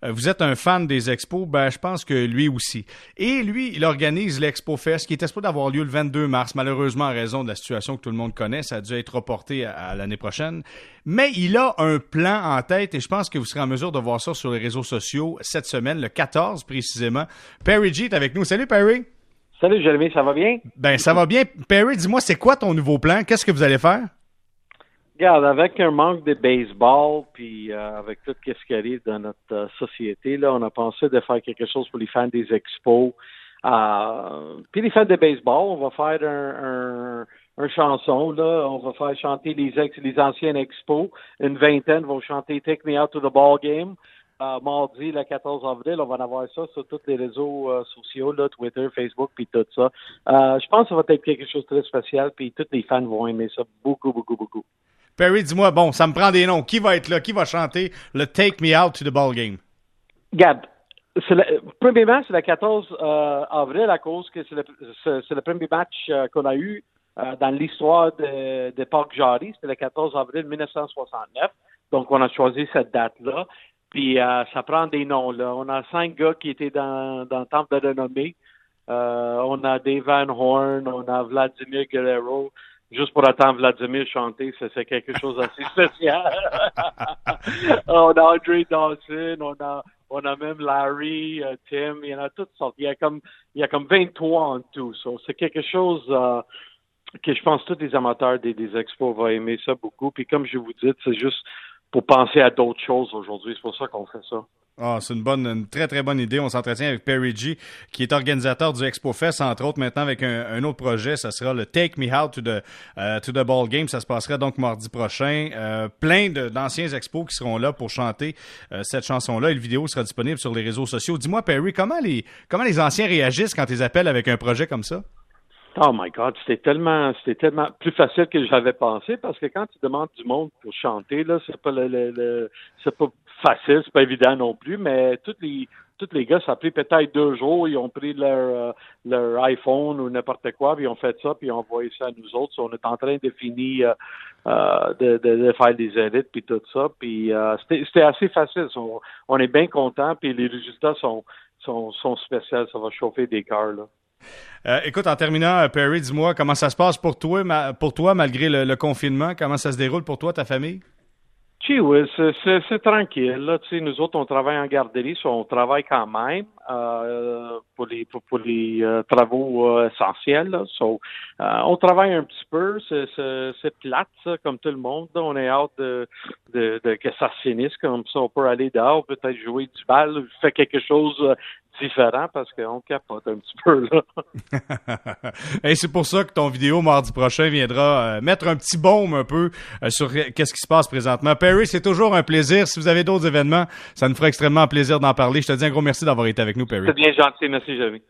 vous êtes un fan des expos, ben je pense que lui aussi. Et lui, il organise l'Expo Fest qui était supposé d'avoir lieu le 22 mars. Malheureusement, en raison de la situation que tout le monde connaît, ça a dû être reporté à l'année prochaine. Mais il a un plan en tête et je pense que vous serez en mesure de voir ça sur les réseaux sociaux cette semaine, le 14 précisément. Perry G est avec nous. Salut Perry! Salut Jérémy, ça va bien? Ben ça va bien. Perry, dis-moi, c'est quoi ton nouveau plan? Qu'est-ce que vous allez faire? Regarde, avec un manque de baseball, puis avec tout ce qui arrive dans notre société, là, on a pensé de faire quelque chose pour les fans des expos. Puis les fans de baseball, on va faire un chanson, là. On va faire chanter les anciennes expos. Une vingtaine vont chanter Take Me Out to the Ball Game. Mardi, le 14 avril, on va en avoir ça sur tous les réseaux sociaux, là, Twitter, Facebook, puis tout ça. Je pense que ça va être quelque chose de très spécial, puis tous les fans vont aimer ça beaucoup, beaucoup, beaucoup. Perry, dis-moi, bon, ça me prend des noms. Qui va être là? Qui va chanter le Take Me Out to the Ball Game? Regarde, premièrement, c'est le 14 avril à cause que c'est le premier match qu'on a eu dans l'histoire de Parc Jarry. C'était le 14 avril 1969. Donc, on a choisi cette date-là. Puis, ça prend des noms, là. On a 5 gars qui étaient dans le temple de renommée. On a Dave Van Horn, on a Vladimir Guerrero. Juste pour attendre Vladimir chanter, c'est quelque chose d'assez spécial. On a Andre Dawson, on a même Larry, Tim, il y en a toutes sortes. Il y a comme 23 en tout. So, c'est quelque chose que je pense que tous les amateurs des expos vont aimer ça beaucoup. Puis comme je vous dis, c'est juste pour penser à d'autres choses aujourd'hui. C'est pour ça qu'on fait ça. Ah, c'est une très, très bonne idée. On s'entretient avec Perry G, qui est organisateur du Expo Fest, entre autres, maintenant avec un autre projet. Ça sera le Take Me Out to the Ball Game. Ça se passera donc mardi prochain. Plein d'anciens expos qui seront là pour chanter cette chanson-là. Et le vidéo sera disponible sur les réseaux sociaux. Dis-moi, Perry, comment les anciens réagissent quand ils appellent avec un projet comme ça? Oh my God, c'était tellement plus facile que j'avais pensé parce que quand tu demandes du monde pour chanter, là, c'est pas c'est pas facile, c'est pas évident non plus, mais tous les gars, ça a pris peut-être 2 jours, ils ont pris leur iPhone ou n'importe quoi, puis ils ont fait ça, puis ils ont envoyé ça à nous autres. On est en train de finir de faire des élites puis tout ça, puis c'était assez facile. On est bien content, puis les résultats sont spéciaux, ça va chauffer des cœurs là. Écoute, en terminant, Perry, dis-moi comment ça se passe pour toi malgré le confinement. Comment ça se déroule pour toi, ta famille? Oui, c'est tranquille. Là, tu sais, nous autres, on travaille en garderie, on travaille quand même pour les travaux essentiels. Là. On travaille un petit peu. C'est plate, ça, comme tout le monde. Là. On est hâte de que ça se finisse. Comme ça, on peut aller dehors, peut-être jouer du bal, faire quelque chose différent parce qu'on capote un petit peu là. Et c'est pour ça que ton vidéo mardi prochain viendra mettre un petit baume un peu sur qu'est-ce qui se passe présentement. Perry, c'est toujours un plaisir. Si vous avez d'autres événements, ça nous fera extrêmement plaisir d'en parler. Je te dis un gros merci d'avoir été avec nous, Perry. C'est bien gentil. Merci, Jérémy.